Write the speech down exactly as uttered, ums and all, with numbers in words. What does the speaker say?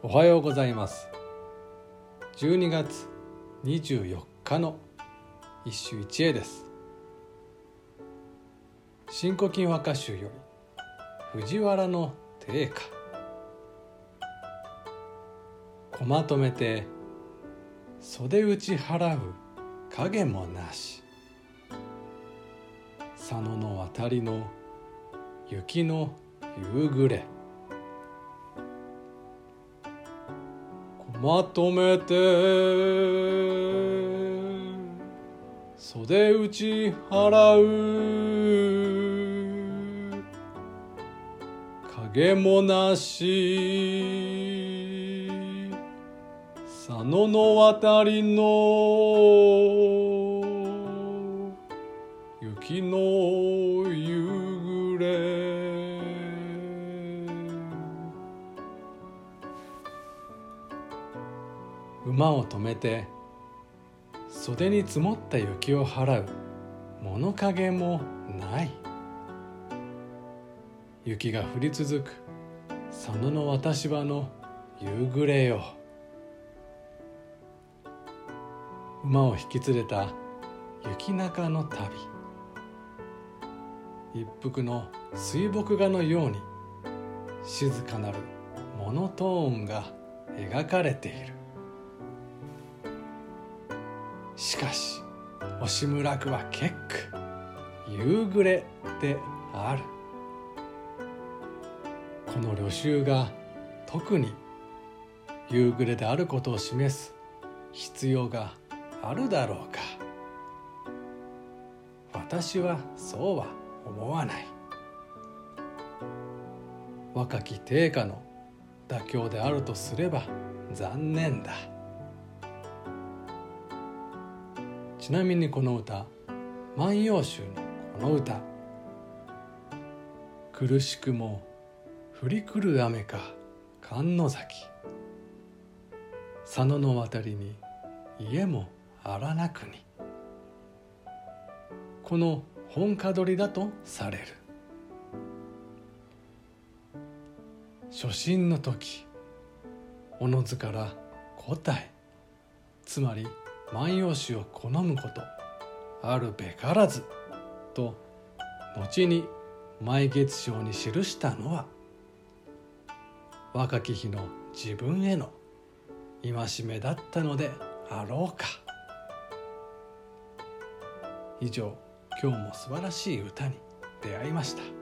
おはようございます。じゅうにがつにじゅうよっかの一首一会です。新古今和歌集より藤原の定家。駒止めて袖打ち払う影もなし、佐野の渡りの雪の夕暮れ。まとめて袖打ち払う影もなし、佐野の渡りの雪の夕暮れ。馬を止めて袖に積もった雪を払う物陰もない。雪が降り続く佐野の渡し場の夕暮れよ。馬を引き連れた雪中の旅、一幅の水墨画のように静かなるモノトーンが描かれている。しかし惜しむらくは結句夕暮れである。この旅集が特に夕暮れであることを示す必要があるだろうか。私はそうは思わない。若き定家の妥協であるとすれば残念だ。ちなみにこの歌、万葉集のこの歌、苦しくも降り来る雨か神野崎、佐野の渡りに家も荒なくに、この本歌取りだとされる。初心の時、おのずから答え、つまり万葉集を好むことあるべからずと後に毎月章に記したのは、若き日の自分への戒めだったのであろうか。以上、今日も素晴らしい歌に出会いました。